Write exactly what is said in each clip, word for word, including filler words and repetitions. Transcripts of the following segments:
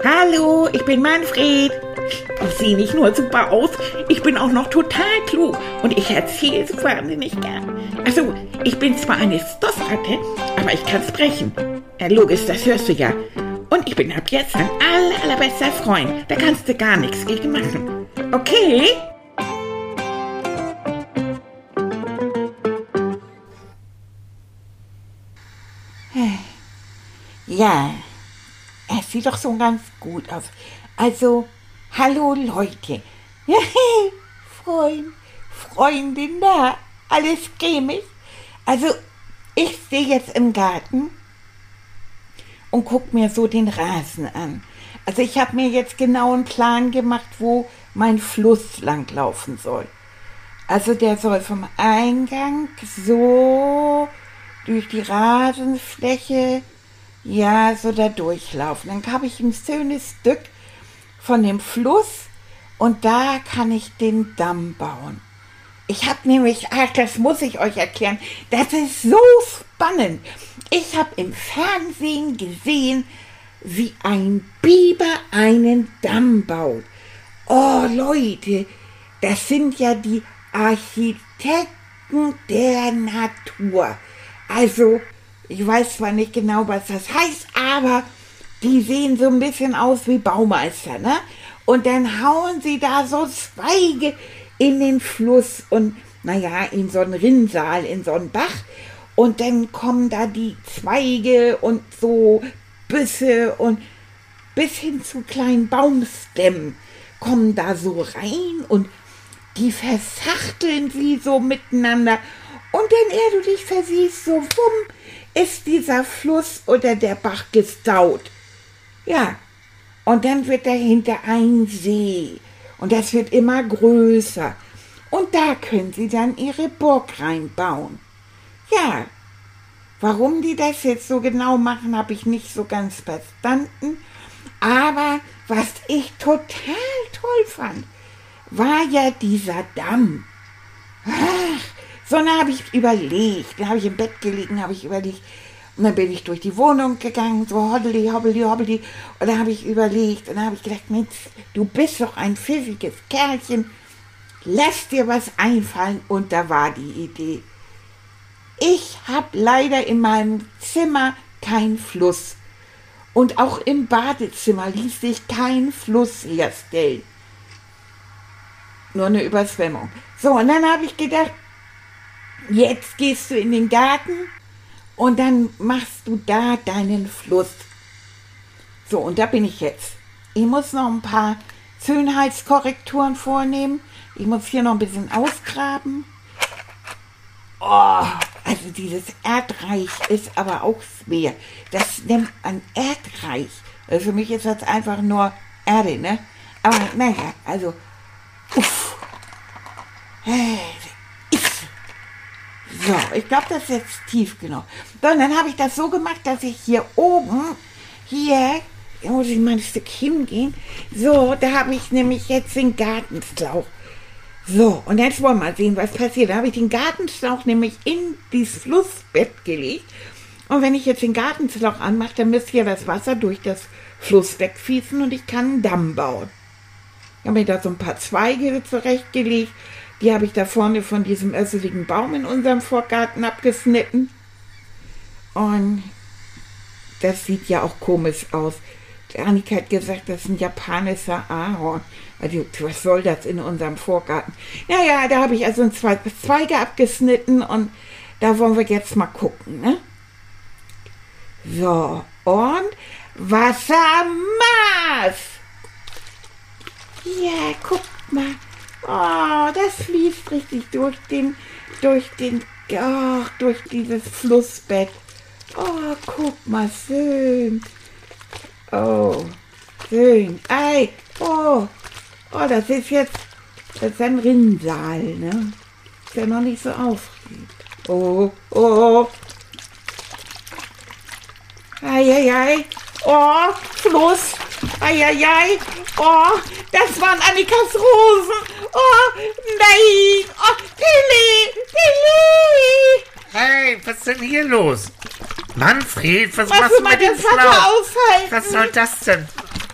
Hallo, ich bin Manfred. Ich sehe nicht nur super aus, ich bin auch noch total klug und ich erzähle es wahnsinnig gern. Also, ich bin zwar eine Stoffratte, aber ich kann sprechen. Ja, logisch, das hörst du ja. Und ich bin ab jetzt dein aller, allerbester Freund. Da kannst du gar nichts gegen machen. Okay? Ja, es sieht doch so ganz gut aus. Also, hallo Leute. Freund, Freundin da, alles cremig. Also, ich stehe jetzt im Garten und guck mir so den Rasen an. Also ich habe mir jetzt genau einen Plan gemacht, wo mein Fluss langlaufen soll. Also der soll vom Eingang so durch die Rasenfläche, ja, so da durchlaufen. Dann habe ich ein schönes Stück von dem Fluss und da kann ich den Damm bauen. Ich habe nämlich, ach, das muss ich euch erklären, das ist so spannend. Ich habe im Fernsehen gesehen, wie ein Biber einen Damm baut. Oh Leute, das sind ja die Architekten der Natur. Also, ich weiß zwar nicht genau, was das heißt, aber die sehen so ein bisschen aus wie Baumeister, ne? Und dann hauen sie da so Zweige in den Fluss und, naja, in so einen Rinnsal, in so einen Bach. Und dann kommen da die Zweige und so Büsse und bis hin zu kleinen Baumstämmen kommen da so rein und die versachteln sie so miteinander. Und dann, ehe du dich versiehst, so wumm, ist dieser Fluss oder der Bach gestaut. Ja, und dann wird dahinter ein See. Und das wird immer größer. Und da können sie dann ihre Burg reinbauen. Ja, warum die das jetzt so genau machen, habe ich nicht so ganz verstanden. Aber was ich total toll fand, war ja dieser Damm. Ach, so, dann habe ich überlegt, dann habe ich im Bett gelegen, habe ich überlegt, und dann bin ich durch die Wohnung gegangen, so hobbeli, hobbeli, hobbeli, und dann habe ich überlegt, und dann habe ich gedacht, Mensch, du bist doch ein pfiffiges Kerlchen, lass dir was einfallen, und da war die Idee. Ich habe leider in meinem Zimmer keinen Fluss, und auch im Badezimmer ließ sich kein Fluss herstellen. Nur eine Überschwemmung. So, und dann habe ich gedacht, jetzt gehst du in den Garten und dann machst du da deinen Fluss. So, und da bin ich jetzt. Ich muss noch ein paar Schönheitskorrekturen vornehmen. Ich muss hier noch ein bisschen ausgraben. Oh, also dieses Erdreich ist aber auch schwer. Das nennt man Erdreich. Also für mich ist das einfach nur Erde, ne? Aber naja, also, uff. So, ich glaube, das ist jetzt tief genug. So, und dann habe ich das so gemacht, dass ich hier oben, hier, hier muss ich mal ein Stück hingehen. So, da habe ich nämlich jetzt den Gartenschlauch. So, und jetzt wollen wir mal sehen, was passiert. Da habe ich den Gartenschlauch nämlich in dieses Flussbett gelegt. Und wenn ich jetzt den Gartenschlauch anmache, dann müsste ja das Wasser durch das Fluss wegfließen und ich kann einen Damm bauen. Ich habe mir da so ein paar Zweige zurechtgelegt. Die habe ich da vorne von diesem össeligen Baum in unserem Vorgarten abgeschnitten. Und das sieht ja auch komisch aus. Die Annika hat gesagt, das ist ein japanischer Ahorn. Also, was soll das in unserem Vorgarten? Naja, da habe ich also zwei Zweige abgeschnitten und da wollen wir jetzt mal gucken, ne? So, und Wassermaß. Ja, guck mal. Oh, das fließt richtig durch den, durch den, oh, durch dieses Flussbett. Oh, guck mal, schön. Oh, schön. Ei, oh, oh, das ist jetzt, das ist ein Rinnsal, ne? Ist ja noch nicht so aufregend. Oh, oh. Eieiei. Oh, Fluss. Eieiei. Oh, das waren Annikas Rosen. Oh, nein. Oh, Tilly, Tilly. Hey, was ist denn hier los? Manfred, was Was machst du mal mit dem das Wasser Schlauch? aushalten? Was soll das denn?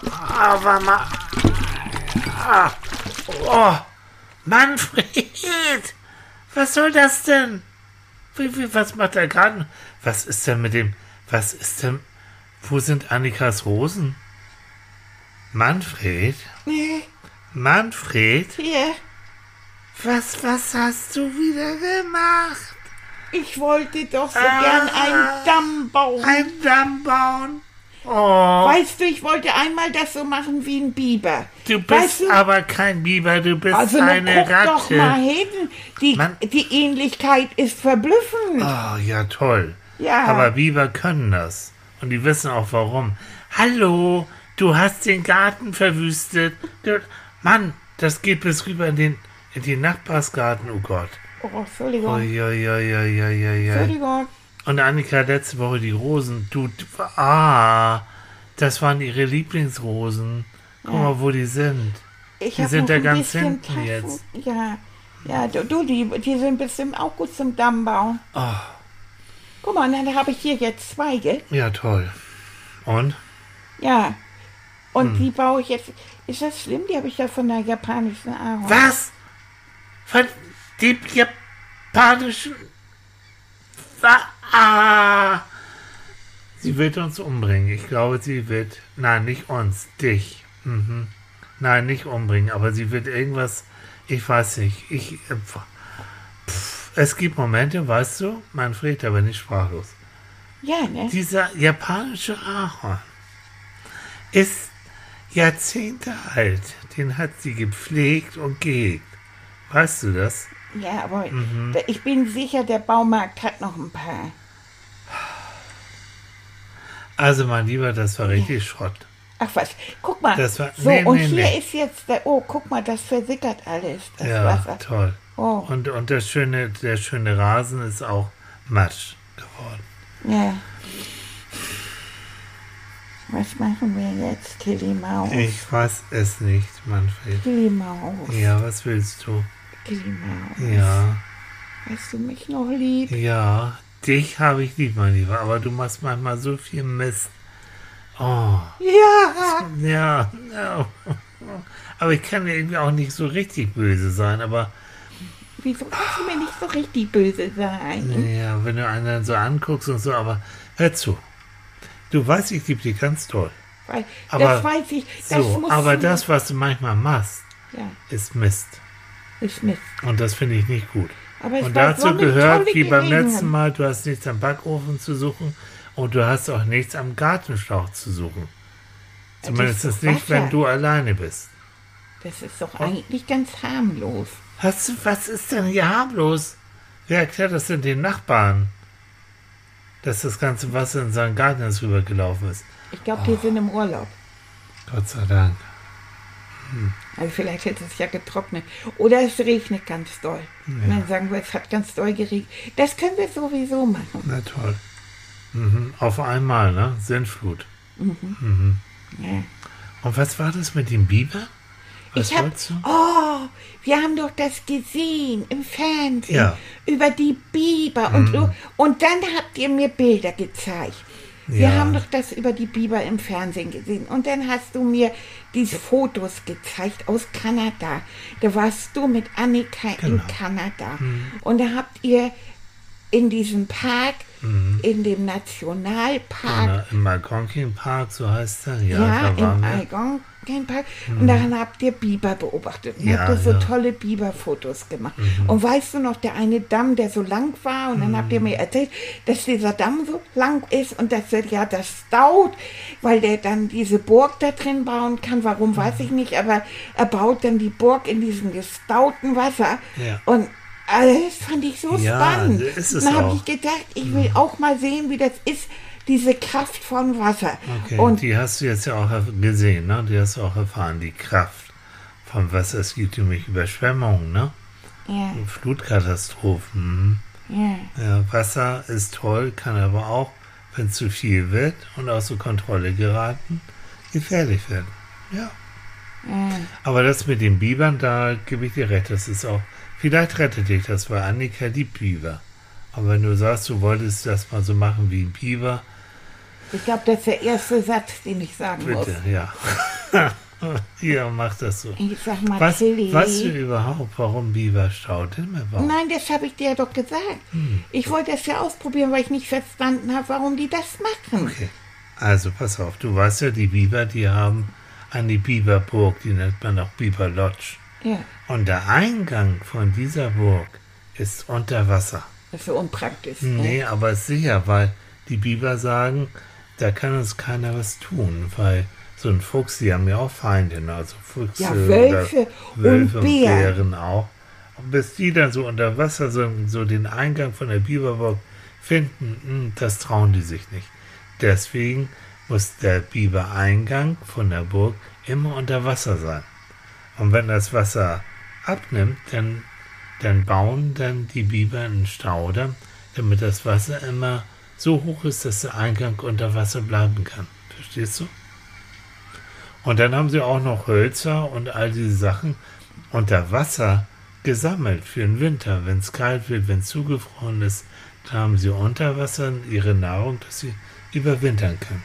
Aber mal. Ah, oh, Manfred! Was soll das denn? Wie, wie, was macht der Garten? Was ist denn mit dem. Was ist denn. Wo sind Annikas Rosen? Manfred? Nee, Manfred? hier. Was, was hast du wieder gemacht? Ich wollte doch so Ah. gern einen Damm bauen. Ein Damm bauen? Oh, Weißt du, ich wollte einmal das so machen wie ein Biber. du bist weißt du, aber kein Biber, du bist also nun eine guck Ratte. doch mal hin. Die, Mann. die Ähnlichkeit ist verblüffend. Oh, ja, toll. Ja. Aber Biber können das. Und die wissen auch warum. Hallo, du hast den Garten verwüstet. Du, Mann, das geht bis rüber in den, in den Nachbarsgarten, oh Gott. Oh, Entschuldigung. Ui, ui, ui, ui, ui, ui. Entschuldigung. Und Annika letzte Woche die Rosen. Du, du, ah, das waren ihre Lieblingsrosen. Guck Ja. mal, wo die sind. Ich Die hab sind noch da ein ganz bisschen hinten Taschen. jetzt. Ja, ja, du, du die, die sind bestimmt auch gut zum Damm bauen. Oh, Guck mal, dann habe ich hier jetzt Zweige. ja, toll. Und? Ja. Und Hm. die baue ich jetzt. Ist das schlimm? Die habe ich ja von der japanischen Ahorn. Was? Von dem japanischen... Wa- Ah! Sie wird uns umbringen. Ich glaube, sie wird... Nein, nicht uns. Dich. Mhm. Nein, nicht umbringen. Aber sie wird irgendwas... Ich weiß nicht. Ich... äh, Pff, es gibt Momente, weißt du, Manfred, da bin ich sprachlos. Ja, ne? Dieser japanische Ahorn ist Jahrzehnte alt. Den hat sie gepflegt und gehegt. Weißt du das? Ja, aber Mhm. da- ich bin sicher, der Baumarkt hat noch ein paar. Also mein Lieber, das war richtig Schrott. Ach was, guck mal. Das war- so, nee, und nee, hier nee. ist jetzt der. Oh, guck mal, das versickert alles, das Ja, Wasser. toll. Oh, Und, und der, schöne, der schöne Rasen ist auch Matsch geworden. ja. Was machen wir jetzt, Tilly Maus? Ich weiß es nicht, Manfred. Tilly Maus. Ja, was willst du? Tilly Maus. Ja, Hast du mich noch lieb? ja, dich habe ich lieb, mein Lieber, aber du machst manchmal so viel Mist. Oh, Ja. ja, ja. Aber ich kann ja irgendwie auch nicht so richtig böse sein, aber Wieso kannst du mir nicht so richtig böse sein? ja, wenn du einen dann so anguckst und so, aber hör zu. Du weißt, ich liebe dich ganz toll. Weil, Aber das weiß ich. Das So, muss aber das, was du manchmal machst, Ja, ist Mist. ist Mist. Und das finde ich nicht gut. Aber es Und war dazu so eine gehört, tolle wie beim Gelegenheit. letzten Mal, du hast nichts am Backofen zu suchen und du hast auch nichts am Gartenschlauch zu suchen. Zumindest ist doch nicht, Wasser. wenn du alleine bist. Das ist doch eigentlich ganz harmlos. Hast du, was ist denn hier harmlos? Wer erklärt das denn den Nachbarn? Dass das ganze Wasser in seinen Garten jetzt rübergelaufen ist. Ich glaube, die sind im Urlaub. Gott sei Dank. Also vielleicht hätte es ja getrocknet. Oder es regnet ganz doll. Und dann sagen wir, es hat ganz doll geregnet. Das können wir sowieso machen. Na toll. Mhm. Auf einmal, ne? Sintflut. Ja. Und was war das mit dem Biber? Was Ich hab, wolltest du? oh, wir haben doch das gesehen im Fernsehen Ja. über die Biber und, so. Und dann habt ihr mir Bilder gezeigt. Wir Ja. haben doch das über die Biber im Fernsehen gesehen. Und dann hast du mir diese Fotos gezeigt aus Kanada. Da warst du mit Annika in Genau. Kanada. Und da habt ihr in diesem Park, in dem Nationalpark, Na, Im Algonquin Park, so heißt er. Ja, ja, da waren im wir. Algonquin-Park. Und dann habt ihr Biber beobachtet und Ja, habt ihr so ja. tolle Biberfotos gemacht. Und weißt du noch, der eine Damm, der so lang war, und dann habt ihr mir erzählt, dass dieser Damm so lang ist und dass er ja das staut, weil der dann diese Burg da drin bauen kann. Warum, weiß ich nicht, aber er baut dann die Burg in diesem gestauten Wasser. Ja. Und also das fand ich so Ja, spannend. ist es dann habe auch. ich gedacht, ich will auch mal sehen, wie das ist, diese Kraft von Wasser. Okay, Und die hast du jetzt ja auch gesehen, ne? Die hast du auch erfahren, die Kraft vom Wasser. Es gibt nämlich Überschwemmungen, ne? ja, Flutkatastrophen. Mhm. ja. Ja, Wasser ist toll, kann aber auch, wenn es zu viel wird und außer Kontrolle geraten, gefährlich werden. Ja. Ja. Aber das mit den Bibern, da gebe ich dir recht, das ist auch, vielleicht rettet dich das, weil Annika liebt Biber. Aber wenn du sagst, du wolltest das mal so machen wie ein Biber, Ich glaube, das ist der erste Satz, den ich sagen muss. Bitte, ja. Hier, mach das so. Ich sag mal, Was, Tilly. weißt du überhaupt, warum Biber Staudämme bauen? Nein, das habe ich dir ja doch gesagt. Hm. Ich wollte das ja ausprobieren, weil ich nicht verstanden habe, warum die das machen. Okay, also pass auf, du weißt ja, die Biber, die haben eine Biberburg, die nennt man auch Biber Lodge. Ja, Und der Eingang von dieser Burg ist unter Wasser. das ist so unpraktisch. Nee, Ne? aber ist sicher, weil die Biber sagen, da kann uns keiner was tun, weil so ein Fuchs, die haben ja auch Feinde, ne? Also Füchse Ja, Wölfe oder Wölfe und Bären. Bären auch. Und bis die dann so unter Wasser so, so den Eingang von der Biberburg finden, das trauen die sich nicht. Deswegen muss der Bibereingang von der Burg immer unter Wasser sein. Und wenn das Wasser abnimmt, dann, dann bauen dann die Biber einen Staudamm, damit das Wasser immer so hoch ist, dass der Eingang unter Wasser bleiben kann. Verstehst du? Und dann haben sie auch noch Hölzer und all diese Sachen unter Wasser gesammelt für den Winter. Wenn es kalt wird, wenn es zugefroren ist, dann haben sie unter Wasser ihre Nahrung, dass sie überwintern können.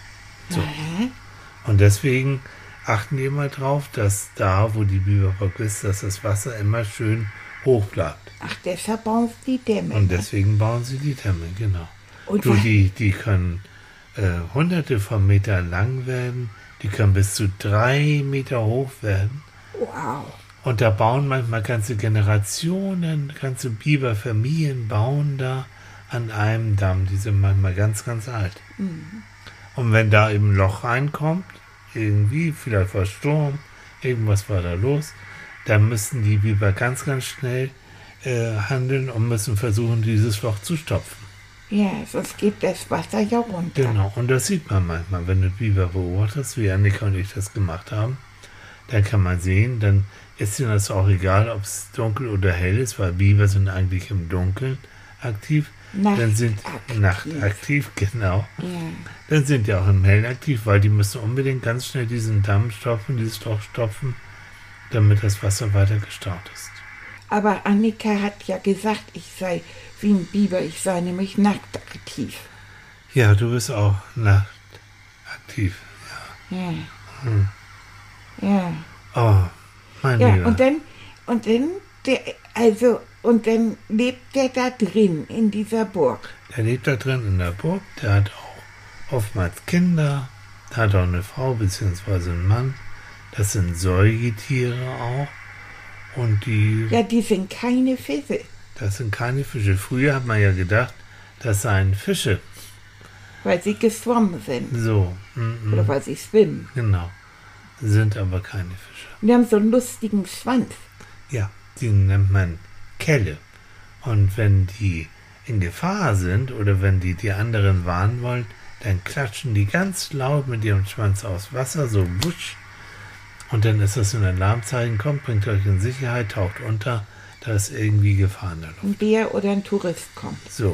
So. Aha. Und deswegen achten die immer drauf, dass da, wo die Biberburg ist, dass das Wasser immer schön hoch bleibt. Ach, deshalb bauen sie die Dämme. Und ne? deswegen bauen sie die Dämme, genau. Und Du, wa- die, die können äh, hunderte von Metern lang werden, die können bis zu drei Meter hoch werden. Wow. Und da bauen manchmal ganze Generationen, ganze Biberfamilien bauen da an einem Damm. Die sind manchmal ganz, ganz alt. Mhm. Und wenn da eben ein Loch reinkommt, irgendwie, vielleicht war Sturm, irgendwas war da los, dann müssen die Biber ganz, ganz schnell äh, handeln und müssen versuchen, dieses Loch zu stopfen. Ja, sonst geht das Wasser ja runter. Genau, und das sieht man manchmal, wenn du Biber beobachtest, wie Annika und ich das gemacht haben. Dann kann man sehen, dann ist ihnen das auch egal, ob es dunkel oder hell ist, weil Biber sind eigentlich im Dunkeln aktiv. Dann sind Nachtaktiv. nachtaktiv, genau. Ja. Dann sind die auch im Hellen aktiv, weil die müssen unbedingt ganz schnell diesen Damm stopfen, dieses Loch stopfen, damit das Wasser weiter gestaut ist. Aber Annika hat ja gesagt, ich sei wie ein Biber, ich sei nämlich nachtaktiv. Ja, du bist auch nachtaktiv. Ja. Hm. Ja. Oh, mein Ja, Lieber. und dann, und dann, der, also, und dann lebt der da drin, in dieser Burg. Der lebt da drin in der Burg, der hat auch oftmals Kinder, der hat auch eine Frau bzw. einen Mann. Das sind Säugetiere auch. Und die, Ja, die sind keine Fische, das sind keine Fische. Früher hat man ja gedacht, das seien Fische. weil sie geschwommen sind. So, mm, Oder mm, weil sie schwimmen. genau. Sind aber keine Fische. Und die haben so einen lustigen Schwanz. Ja, die nennt man Kelle. Und wenn die in Gefahr sind oder wenn die die anderen warnen wollen, dann klatschen die ganz laut mit ihrem Schwanz aus Wasser, so wusch. Und dann ist das ein Alarmzeichen, kommt, bringt euch in Sicherheit, taucht unter, da ist irgendwie Gefahr in der Luft. Ein Bär oder ein Tourist kommt. So.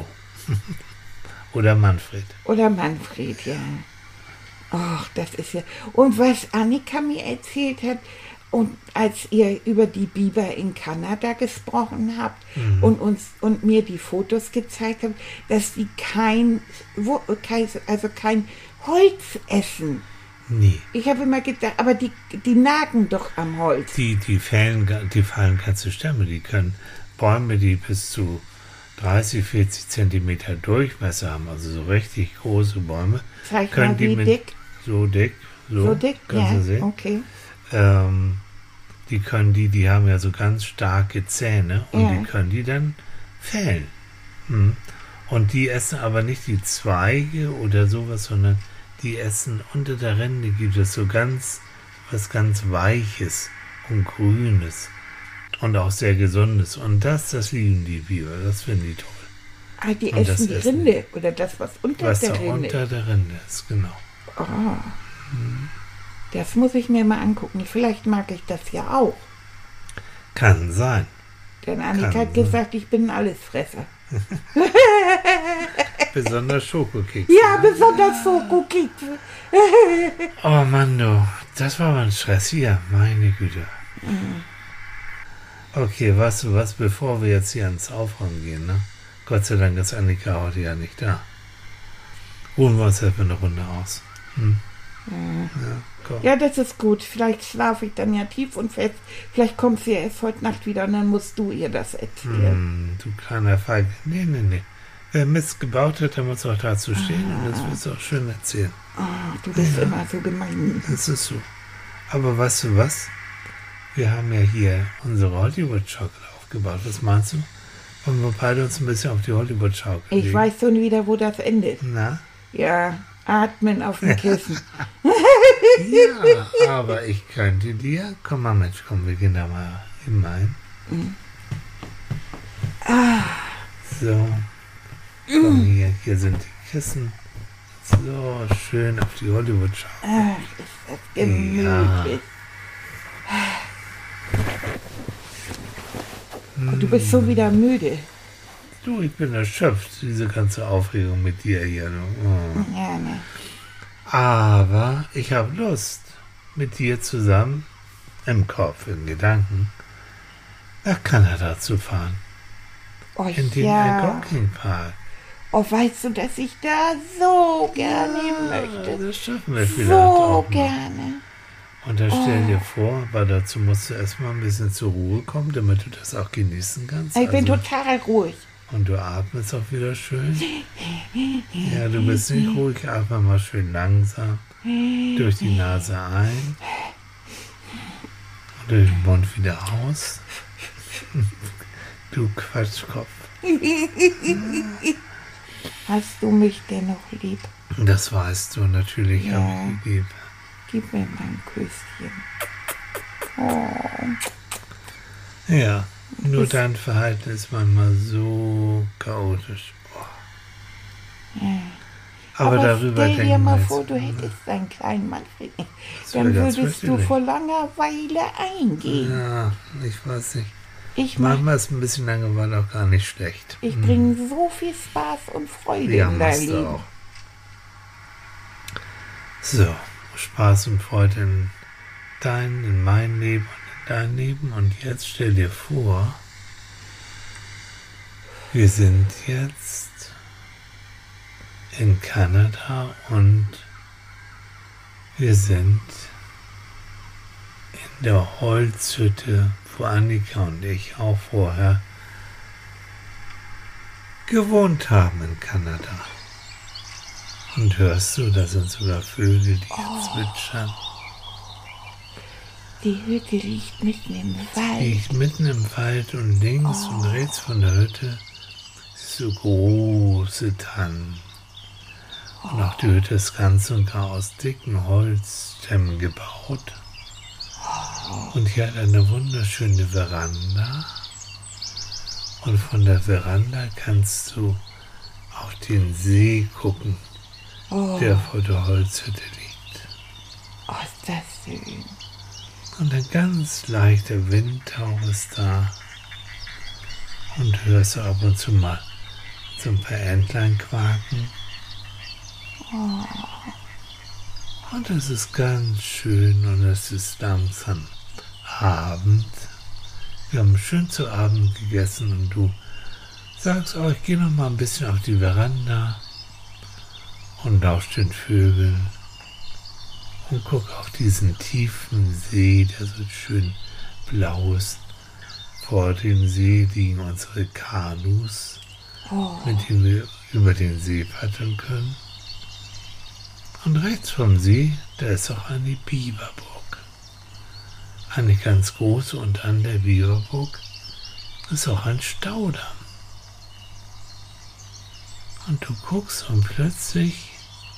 Oder Manfred. Oder Manfred, ja. Ach, das ist ja... Und was Annika mir erzählt hat, und als ihr über die Biber in Kanada gesprochen habt Mhm. und uns und mir die Fotos gezeigt habt, dass die kein, wo, kein also kein Holz essen. Nee. Ich habe immer gedacht, aber die, die nagen doch am Holz. Die, die, fallen, ga- die fallen ganze Stämme, die können Bäume, die bis zu dreißig, vierzig Zentimeter Durchmesser haben, also so richtig große Bäume, Zeig können mal, die wie mit dick. so dick, so, So dick? kannst Ja, du sehen, okay. ähm, die können die, die haben ja so ganz starke Zähne und Ja. die können die dann fällen. Hm. Und die essen aber nicht die Zweige oder sowas, sondern die essen unter der Rinde gibt es so ganz, was ganz Weiches und Grünes und auch sehr Gesundes. Und das, das lieben die Biber, das finden die toll. Ah, die Und das essen die essen Rinde oder das, was unter Was der da Rinde. unter der Rinde ist, genau. Oh. Das muss ich mir mal angucken. Vielleicht mag ich das ja auch. Kann sein. Denn Annika Kann hat gesagt, ich bin ein Allesfresser. Besonders Schokokekse. Ja, besonders Schokokekse. Oh Mann, du, das war mal ein Stress hier, meine Güte. Okay, weißt du was, bevor wir jetzt hier ans Aufräumen gehen, ne? Gott sei Dank ist Annika heute ja nicht da. ruhen wir uns erstmal eine Runde aus. Hm. Ja. Ja, komm. Ja, das ist gut. Vielleicht schlafe ich dann ja tief und fest. Vielleicht kommt sie ja erst heute Nacht wieder und dann musst du ihr das erzählen. Hm, du kleiner Feige. Nee, nee, nee. Wer Mist gebaut hat, der muss auch dazu stehen und das wirst du auch schön erzählen. Oh, du bist Ja. immer so gemein. Das ist so. Aber weißt du was? Wir haben ja hier unsere Hollywood-Schaukel aufgebaut. Was meinst du? Wollen wir beide uns ein bisschen auf die Hollywood-Schaukel Ich legen? weiß schon wieder, wo das endet. Na? Ja, atmen auf dem Kissen. Ja, aber ich könnte dir... Komm mal, Mensch, komm, wir gehen da mal hinein. Mhm. Ah. So. Komm hier, hier sind die Kissen. So, schön auf die Hollywood-Schaukel. Ach, ist das gemütlich. Und du bist schon wieder müde. Du, ich bin erschöpft, diese ganze Aufregung mit dir hier. Oh. Ja, ne. Aber ich habe Lust, mit dir zusammen, im Kopf, in Gedanken, nach Kanada zu fahren. Oh, In den ja. Algonquin Park. Oh, weißt du, dass ich da so gerne hin möchte? Das schaffen wir vielleicht So auch mal. gerne. Und da stell dir vor, aber dazu musst du erstmal ein bisschen zur Ruhe kommen, damit du das auch genießen kannst. Ich bin Also- total ruhig. Und du atmest auch wieder schön. Ja, du bist nicht ruhig, atme mal schön langsam durch die Nase ein und durch den Mund wieder aus. Du Quatschkopf. Hast du mich denn noch lieb? Das weißt du natürlich, Ja. habe ich lieb. Gib mir mal ein Küsschen. Oh. Ja, nur Ist- dein Verhalten ist manchmal so chaotisch. Boah. Ja. Aber, darüber stell dir denken mal wir jetzt- vor, du hättest einen kleinen Manfred. wär Dann ganz würdest du fürchterlich. vor langer Weile eingehen. Ja, ich weiß nicht. Ich, mach, Manchmal ist ein bisschen Langeweile auch gar nicht schlecht. ich Hm. bringe so viel Spaß und Freude Ja, in dein machst du Leben. auch. So, Spaß und Freude in dein, in mein Leben und in dein Leben. Und jetzt stell dir vor, wir sind jetzt in Kanada und wir sind in der Holzhütte, wo Annika und ich auch vorher gewohnt haben in Kanada. Und hörst du, da sind sogar Vögel, die zwitschern. Die Hütte liegt mitten im Wald. Liegt mitten im Wald und links und rechts von der Hütte so große Tannen. Und auch die Hütte ist ganz und gar aus dicken Holzstämmen gebaut. Und hier hat eine wunderschöne Veranda. Und von der Veranda kannst du auf den See gucken, Oh, der vor der Holzhütte liegt. oh, ist das schön. Und ein ganz leichter Windhauch ist da. Und hörst du ab und zu mal so ein paar Entlein quaken. Und es ist ganz schön und es ist langsam Abend. Wir haben schön zu Abend gegessen und du sagst, oh, ich gehe noch mal ein bisschen auf die Veranda und lausch den Vögeln und guck auf diesen tiefen See, der so schön blau ist. Vor dem See liegen unsere Kanus, Oh, mit denen wir über den See paddeln können. Und rechts vom See, da ist auch eine Biberburg. Eine ganz große, und an der Biberburg ist auch ein Staudamm. Und du guckst und plötzlich,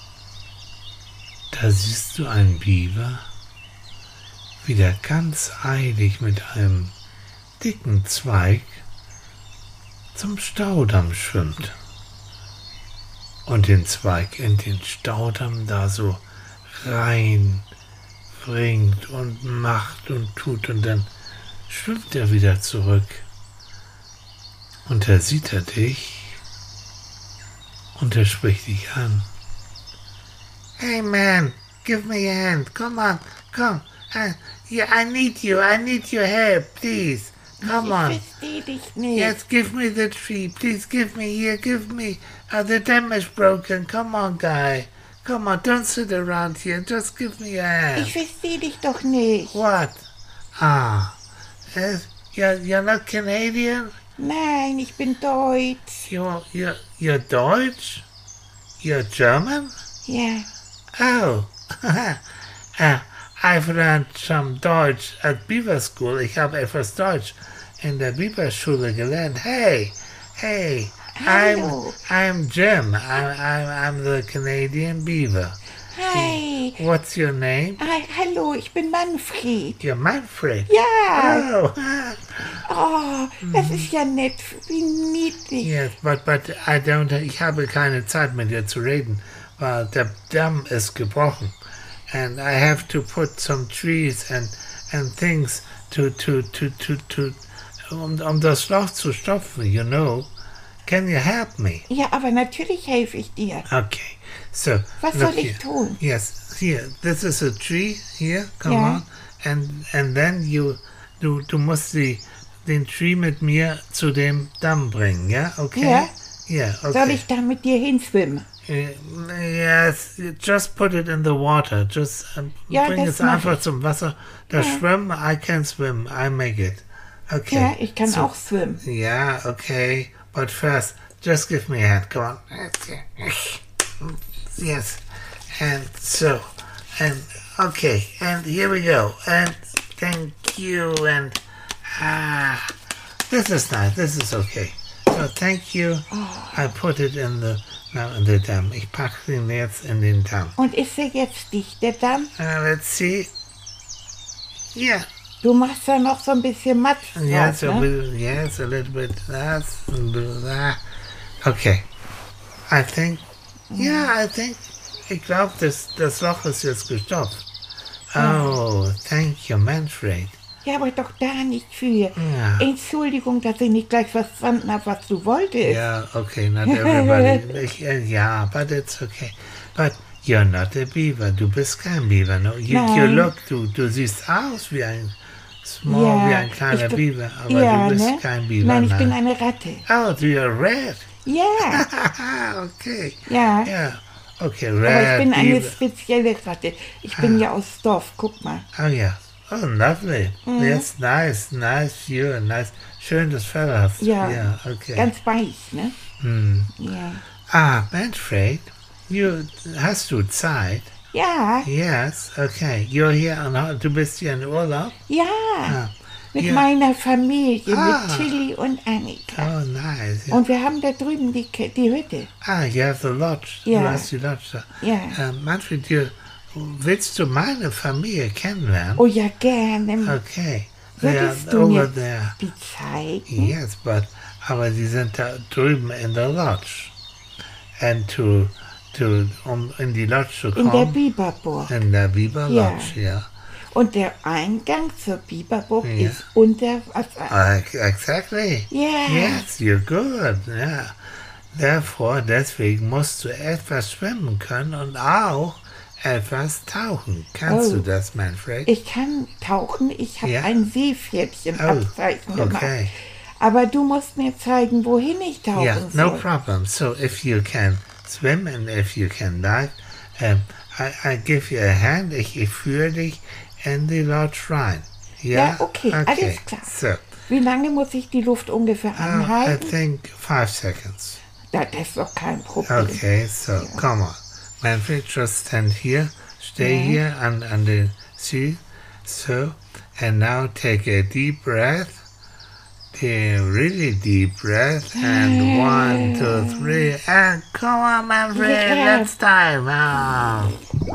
da siehst du einen Biber, wie der ganz eilig mit einem dicken Zweig zum Staudamm schwimmt und den Zweig in den Staudamm da so rein bringt und macht und tut, und dann schwimmt er wieder zurück und da sieht er dich und er spricht dich an. Hey man, give me a hand, come on, come, I, yeah, I need you, I need your help, please, Come on. Ich verstehe dich nicht. Yes, give me the tree. Please give me here. Give me. Uh, the dam is broken. Come on, guy. Come on, don't sit around here. Just give me a hand. Ich verstehe dich doch nicht. What? Ah. Yes, you're, you're not Canadian? Nein, ich bin Deutsch. You're, you're, you're Deutsch? You're German? Ja. Oh. uh, I've learned some Deutsch at Beaver School. Ich habe etwas Deutsch in der Beaver-Schule gelernt. Hey, hey, Hallo. I'm, I'm Jim. I'm, I'm, I'm the Canadian Beaver. Hi. What's your name? Hi, hallo, ich bin Manfred. You're Manfred. Ja. Oh, Oh, das ist ja nett. Wie niedlich. yes, but, but I don't, ich habe keine Zeit mit dir zu reden, weil der Damm ist gebrochen. And I have to put some trees and, and things to, to, to, to, to, um, um das Loch zu stopfen, you know. Can you help me? Ja, aber natürlich helfe ich dir. Okay, so. Was look soll ich here. tun? Yes, here, this is a tree, here, come Ja. on. And, and then you, du, du musst die, den Tree mit mir zu dem Damm bringen, ja? Okay? Ja. Yeah, okay. Soll ich da mit dir hinschwimmen? Uh, Yes, just put it in the water. Just um, Ja, bring das es mach einfach ich. zum Wasser. Das Schwimmen, I can swim. I make it. Okay. Ja, ich kann so, auch schwimmen. Yeah, okay. But first, just give me a hand. Come on. Yes. And so, and okay. And here we go. And thank you. And ah, this is nice. This is okay. So thank you. I put it in the now in the dam. Ich packe ihn jetzt in den Damm. Und ist er jetzt dicht, der Damm? Uh, let's see. Yeah. Du machst da noch so ein bisschen Matsch drauf, Yes, a ne? little, yes, a little bit that, a little that. Okay. I think, yeah, I think, ich glaube, das, das Loch ist jetzt gestopft. Oh, thank you, Manfred. Ja, aber doch da nicht für. Ja. Entschuldigung, dass ich nicht gleich verstanden habe, was du wolltest. Yeah, okay, not everybody. ich, äh, yeah, but it's okay. But you're not a beaver. Du bist kein Beaver, no? You, you Nein. look, du, du siehst aus wie ein small, Ja, wie ein kleiner ich bin- Beaver, aber ja, du bist ne? kein Beaver. Nein, ich bin nein. eine Ratte. Oh, you're red. Ja, Okay. ja. Yeah. Okay, Aber red ich bin eine beaver. spezielle Ratte. Ich bin ja aus Dorf, guck mal. Oh, yeah. Oh, lovely. Mhm. Yes, nice, nice view, nice. Schön, das Fell hast. Ja, Yeah, okay. ganz weich, ne? Hm. Ja. Ah, Manfred, you, hast du Zeit? Ja, Yes, okay. You're here on, ho- du bist hier in Urlaub? ja. Ah, Mit ja. meiner Familie, Ah. mit Chili und Annika. Oh, nice. Yeah. Und wir haben da drüben die, Ke- die Hütte. Ah, you have the lodge. Ja. Du hast die Lodge da. Ja. Äh, Manfred, du, willst du meine Familie kennenlernen? Oh ja, gerne. Okay. They are Würdest du over mir there. die zeigen? Yes, but aber die sind da drüben in der Lodge. And to, to, um in die Lodge zu In der kommen, Biberburg. in der Biber Ja. Lodge, ja. Und der Eingang zur Biberburg Ja. ist unter Wasser. Uh, exactly. Ja. Yes, you're good. Yeah. Therefore, deswegen musst du etwas schwimmen können und auch etwas tauchen. Kannst Oh. du das, Manfred? Ich kann tauchen, ich habe Ja. ein Seepferdchen Oh, Abzeichen gemacht. okay. Aber du musst mir zeigen, wohin ich tauchen Yeah, no soll. problem. So if you can swim and if you can dive, um, I, I give you a hand. Ich, ich führe dich in die Lodge rein. Ja, okay, alles klar. So, Wie lange muss ich die Luft ungefähr uh, I anhalten? think five seconds. Da, das ist doch kein Problem. Okay, so come on. Manfred, just stand here. Stay Yeah. here on, on the sea. So, and now take a deep breath. A really deep breath. And one, two, three. And come on, Manfred. Yeah. Let's dive. Ah.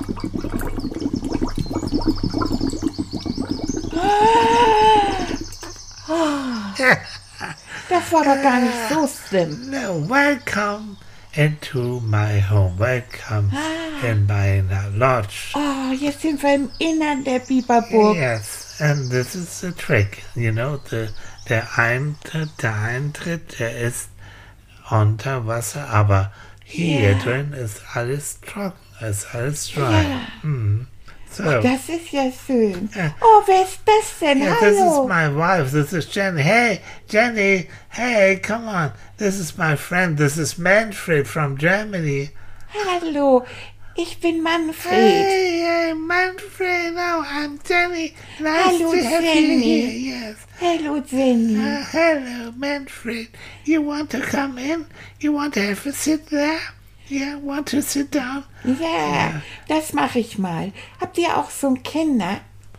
Das war doch gar nicht so schlimm. No, welcome into my home. Welcome in my lodge. Oh, jetzt sind wir im Innern der Biberburg. Yes, and this is the trick. You know, the, der Eintritt, der Eintritt, der ist unter Wasser, aber hier Ja. drin ist alles trocken, ist alles dry. Ja. Mm. So, Das ist ja schön. Ja. Oh, wer ist das denn? yeah, this is Hallo. my wife. This is Jenny. Hey, Jenny. Hey, come on. This is my friend. This is Manfred from Germany. Hallo. Ich bin Manfred. Hey, hey, Manfred. Oh, I'm Jenny. Nice Hallo, to have Jenny. you here. Yes. Hallo, Jenny. Uh, hello, Manfred. You want to come in? You want to have a sit there? Yeah, want to sit down? Ja, das mache ich mal. Habt ihr auch so Kinder?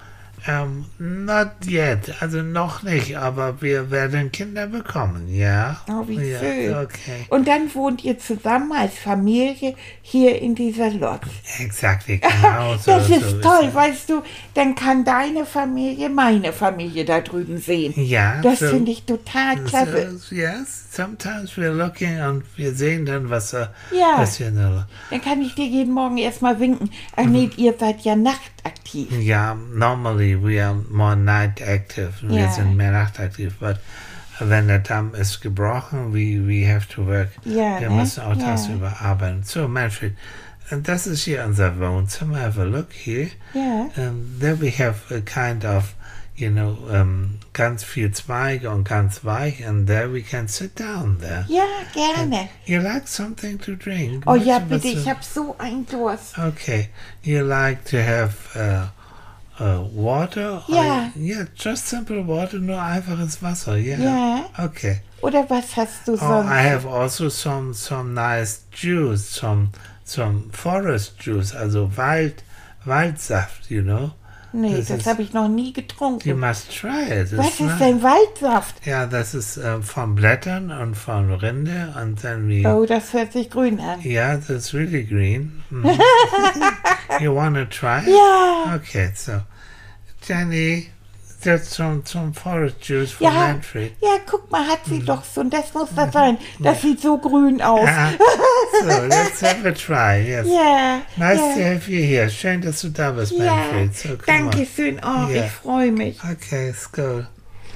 Um, not yet. Also noch nicht, aber wir werden Kinder bekommen, ja. Oh, wie ja, schön. Okay. Und dann wohnt ihr zusammen als Familie hier in dieser Lodge. Exactly, genau so. Das so ist toll, es. weißt du, dann kann deine Familie meine Familie da drüben sehen. Ja, Das so, finde ich total klasse. so, yes, sometimes we're looking und wir sehen dann, was, äh, Ja. was wir noch. Dann kann ich dir jeden Morgen erstmal winken. Ach nee, ihr seid ja nachtaktiv. Ja, normally we are more night active. Wir Ja. sind mehr nachtaktiv, but wenn der Damm ist gebrochen, we, we have to work. Ja, Wir ne? müssen auch Ja. tagsüber arbeiten. So, Manfred, das ist hier unser Wohnzimmer. Have a look here. Ja. Um, there we have a kind of, you know, um, ganz viel Zweige und ganz weich, and there we can sit down there. Ja, gerne. You like something to drink? Oh ja, Was- bitte, was- ich habe so einen Durst. Okay, you like to have uh, uh, water? or- Ja. Yeah, just simple water, nur einfaches Wasser. Yeah. Ja. Okay. Oder was hast du Oh, sonst? I have also some some nice juice, some some forest juice, also Wald Waldsaft, you know. Nee, das das, ist- habe ich noch nie You getrunken. must try it. It's Was ist nice. denn Waldsaft? Ja, das ist äh, von Blättern und von Rinde und dann wie. Oh, das hört sich grün an. Yeah, that's really green. Mhm. You wanna try it? Ja. Okay, so Jenny, that's some some forest juice for Ja, Manfred. ja, guck mal, hat sie doch so. Und das muss das sein. Das sieht so grün aus. Ah, so let's have a try. Yes. Ja. Nice ja. to have you here. Schön, dass du da bist, Ja, Manfred. So, come danke schön. Oh, Ja. ich freue mich. on. Okay, let's go.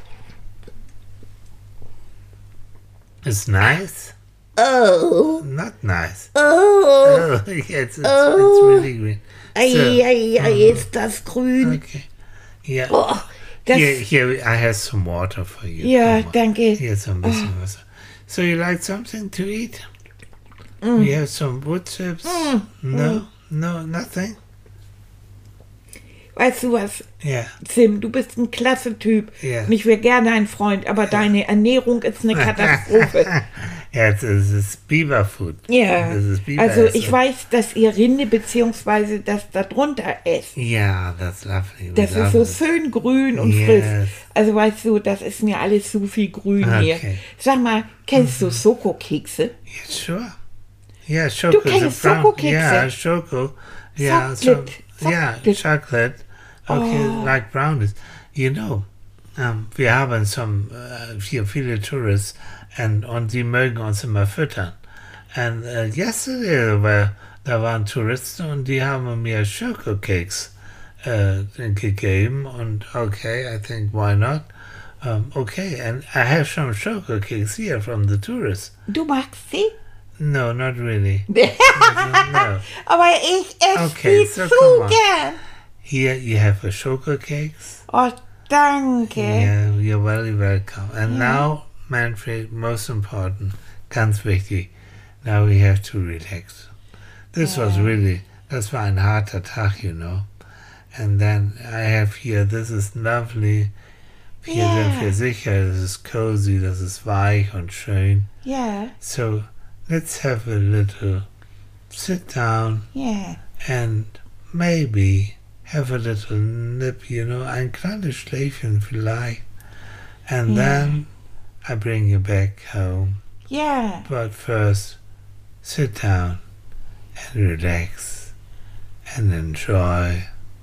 It's nice. Oh, Not nice. oh, Oh, yes, it's, it's really green. ei, So, ei, ei, ist das grün. okay. Yeah. Oh, das, Here, here, I have some water for you. ja, Come on. danke. Here's some bisschen Wasser. So you like something to eat? Mm. You have some wood chips? No, no, nothing. Weißt du was, Yeah, Tim, du bist ein klasse Typ. Ja. Und ich wäre gerne ein Freund, aber deine Ernährung ist eine Katastrophe. yeah, it's, it's beaver food. Ja, This is beaver also acid. ich weiß, dass ihr Rinde beziehungsweise das da drunter esst. Yeah, that's lovely. We Das ist love so it. schön grün und Yes. frisch. Also weißt du, das ist mir alles zu viel grün hier. Okay. Sag mal, kennst du Schokokekse? Yeah, sure. Yeah, choco. kennst the brown- Schokokekse? Yeah, choco. Yeah, so, Chocolate. yeah, Chocolate. chocolate. Okay, Oh. like brownies. You know, um, wir haben some, uh, hier viele Tourists and, und die mögen uns immer füttern. And uh, yesterday, were, da waren Touristen und die haben mir Schokokeks uh, gegeben und okay, I think, why not? Um, okay, and I have some Schokokeks here from the tourists. Du magst sie? No, not really. No. Aber ich esse Okay, sie so zu come on. gern. Here you have a Schokokeks. Oh, danke. Yeah, you're very welcome. And now, Manfred, most important, ganz wichtig, now we have to relax. This was really, das war ein harter Tag, you know. And then I have here, this is lovely. Hier Ja. sind wir sicher, das ist cozy, das ist weich und schön. Ja, So, let's have a little sit down ja. and maybe have a little nip, you know, ein kleines Schläfchen vielleicht. And Ja. then I bring you back home. Ja, But first, sit down and relax and enjoy.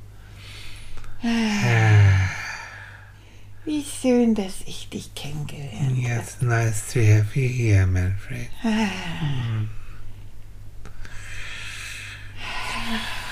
wie schön, dass ich dich kennengelernt habe. Yes, nice to have you here, Manfred. Ah.